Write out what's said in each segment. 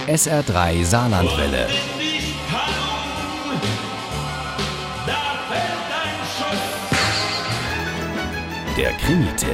SR3 Saarlandwelle. Der Krimi-Tipp.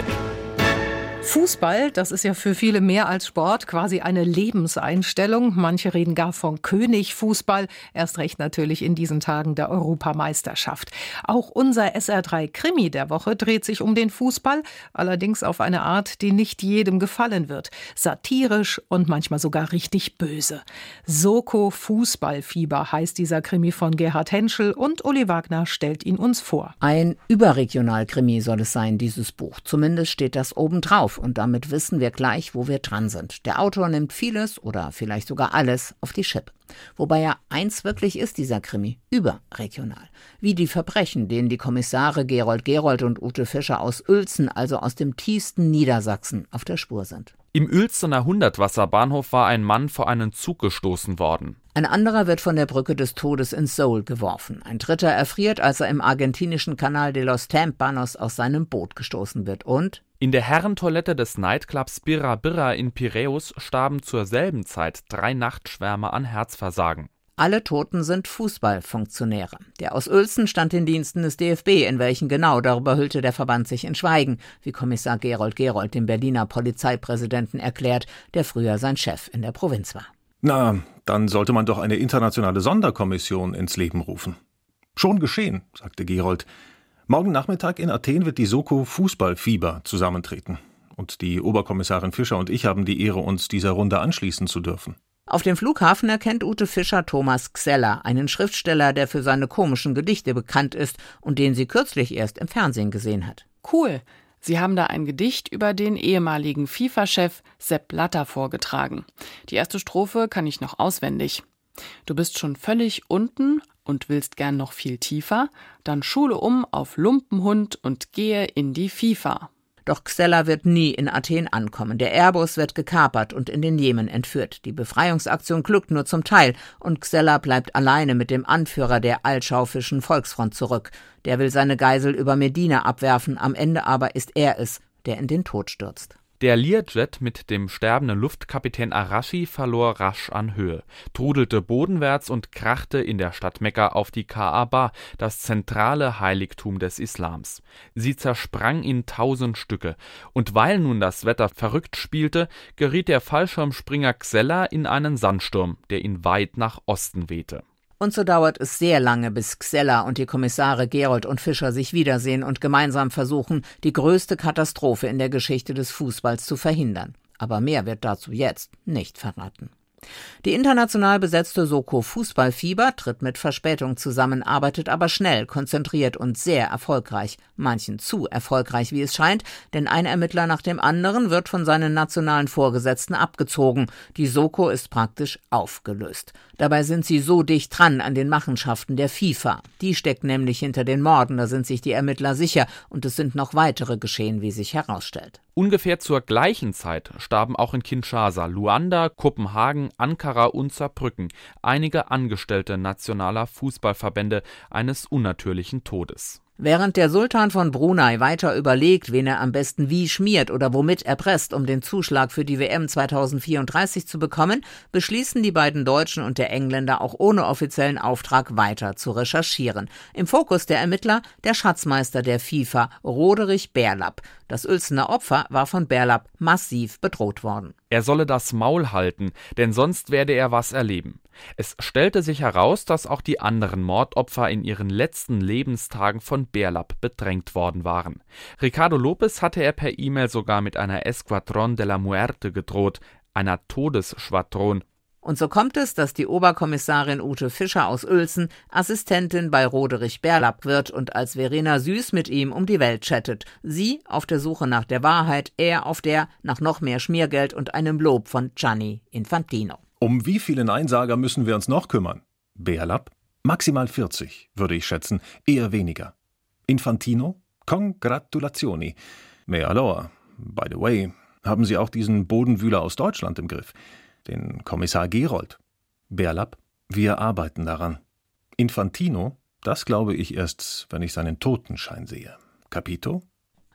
Fußball, das ist ja für viele mehr als Sport, quasi eine Lebenseinstellung. Manche reden gar von König-Fußball, erst recht natürlich in diesen Tagen der Europameisterschaft. Auch unser SR3-Krimi der Woche dreht sich um den Fußball, allerdings auf eine Art, die nicht jedem gefallen wird. Satirisch und manchmal sogar richtig böse. Soko Fußballfieber heißt dieser Krimi von Gerhard Henschel und Uli Wagner stellt ihn uns vor. Ein Überregional-Krimi soll es sein, dieses Buch. Zumindest steht das obendrauf. Und damit wissen wir gleich, wo wir dran sind. Der Autor nimmt vieles oder vielleicht sogar alles auf die Schippe. Wobei ja eins wirklich ist, dieser Krimi, überregional. Wie die Verbrechen, denen die Kommissare Gerold und Ute Fischer aus Uelzen, also aus dem tiefsten Niedersachsen, auf der Spur sind. Im Uelzener Hundertwasserbahnhof war ein Mann vor einen Zug gestoßen worden. Ein anderer wird von der Brücke des Todes ins Seoul geworfen. Ein dritter erfriert, als er im argentinischen Canal de los Tempanos aus seinem Boot gestoßen wird. Und in der Herrentoilette des Nightclubs Birra Birra in Piräus starben zur selben Zeit 3 Nachtschwärmer an Herzversagen. Alle Toten sind Fußballfunktionäre. Der aus Uelzen stand in Diensten des DFB. In welchen genau, darüber hüllte der Verband sich in Schweigen, wie Kommissar Gerold dem Berliner Polizeipräsidenten erklärt, der früher sein Chef in der Provinz war. Na, dann sollte man doch eine internationale Sonderkommission ins Leben rufen. Schon geschehen, sagte Gerold. Morgen Nachmittag in Athen wird die Soko Fußballfieber zusammentreten. Und die Oberkommissarin Fischer und ich haben die Ehre, uns dieser Runde anschließen zu dürfen. Auf dem Flughafen erkennt Ute Fischer Thomas Xeller, einen Schriftsteller, der für seine komischen Gedichte bekannt ist und den sie kürzlich erst im Fernsehen gesehen hat. Cool. Sie haben da ein Gedicht über den ehemaligen FIFA-Chef Sepp Blatter vorgetragen. Die erste Strophe kann ich noch auswendig. Du bist schon völlig unten und willst gern noch viel tiefer, dann schule um auf Lumpenhund und gehe in die FIFA. Doch Xeller wird nie in Athen ankommen. Der Airbus wird gekapert und in den Jemen entführt. Die Befreiungsaktion glückt nur zum Teil und Xeller bleibt alleine mit dem Anführer der Altschaufischen Volksfront zurück. Der will seine Geisel über Medina abwerfen, am Ende aber ist er es, der in den Tod stürzt. Der Learjet mit dem sterbenden Luftkapitän Arashi verlor rasch an Höhe, trudelte bodenwärts und krachte in der Stadt Mekka auf die Kaaba, das zentrale Heiligtum des Islams. Sie zersprang in 1000 Stücke. Und weil nun das Wetter verrückt spielte, geriet der Fallschirmspringer Xeller in einen Sandsturm, der ihn weit nach Osten wehte. Und so dauert es sehr lange, bis Xeller und die Kommissare Gerold und Fischer sich wiedersehen und gemeinsam versuchen, die größte Katastrophe in der Geschichte des Fußballs zu verhindern. Aber mehr wird dazu jetzt nicht verraten. Die international besetzte Soko Fußballfieber tritt mit Verspätung zusammen, arbeitet aber schnell, konzentriert und sehr erfolgreich. Manchen zu erfolgreich, wie es scheint, denn ein Ermittler nach dem anderen wird von seinen nationalen Vorgesetzten abgezogen. Die Soko ist praktisch aufgelöst. Dabei sind sie so dicht dran an den Machenschaften der FIFA. Die steckt nämlich hinter den Morden, da sind sich die Ermittler sicher. Und es sind noch weitere geschehen, wie sich herausstellt. Ungefähr zur gleichen Zeit starben auch in Kinshasa, Luanda, Kopenhagen, Ankara und Saarbrücken einige Angestellte nationaler Fußballverbände eines unnatürlichen Todes. Während der Sultan von Brunei weiter überlegt, wen er am besten wie schmiert oder womit erpresst, um den Zuschlag für die WM 2034 zu bekommen, beschließen die beiden Deutschen und der Engländer auch ohne offiziellen Auftrag weiter zu recherchieren. Im Fokus der Ermittler der Schatzmeister der FIFA, Roderich Berlapp. Das Uelzener Opfer war von Berlapp massiv bedroht worden. Er solle das Maul halten, denn sonst werde er was erleben. Es stellte sich heraus, dass auch die anderen Mordopfer in ihren letzten Lebenstagen von Berlapp bedrängt worden waren. Ricardo Lopez hatte er per E-Mail sogar mit einer Escuadrón de la Muerte gedroht, einer Todesschwadron. Und so kommt es, dass die Oberkommissarin Ute Fischer aus Uelzen Assistentin bei Roderich Berlapp wird und als Verena Süß mit ihm um die Welt chattet. Sie auf der Suche nach der Wahrheit, er auf der nach noch mehr Schmiergeld und einem Lob von Gianni Infantino. Um wie viele Neinsager müssen wir uns noch kümmern? Berlapp? Maximal 40, würde ich schätzen, eher weniger. Infantino? Congratulazioni. Mehr allora. By the way, haben Sie auch diesen Bodenwühler aus Deutschland im Griff? Den Kommissar Gerold. Berlapp? Wir arbeiten daran. Infantino? Das glaube ich erst, wenn ich seinen Totenschein sehe. Capito?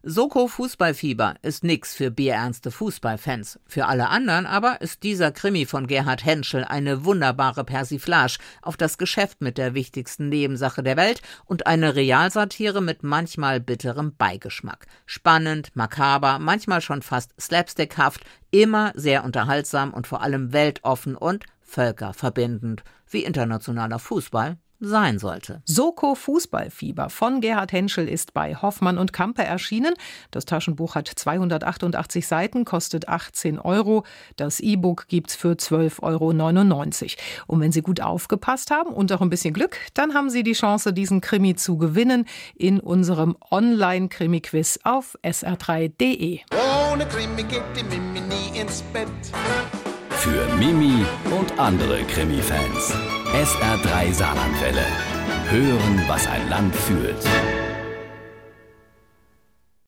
Soko Fußballfieber ist nix für bierernste Fußballfans. Für alle anderen aber ist dieser Krimi von Gerhard Henschel eine wunderbare Persiflage auf das Geschäft mit der wichtigsten Nebensache der Welt und eine Realsatire mit manchmal bitterem Beigeschmack. Spannend, makaber, manchmal schon fast slapstickhaft, immer sehr unterhaltsam und vor allem weltoffen und völkerverbindend, wie internationaler Fußball sein sollte. Soko Fußballfieber von Gerhard Henschel ist bei Hoffmann und Campe erschienen. Das Taschenbuch hat 288 Seiten, kostet 18 €. Das E-Book gibt's für 12,99 €. Und wenn Sie gut aufgepasst haben und auch ein bisschen Glück, dann haben Sie die Chance, diesen Krimi zu gewinnen in unserem Online-Krimi-Quiz auf sr3.de. Ohne Krimi geht die Mimi nie ins Bett. Für Mimi und andere Krimi-Fans. SR3 Saarlandwelle. Hören, was ein Land fühlt.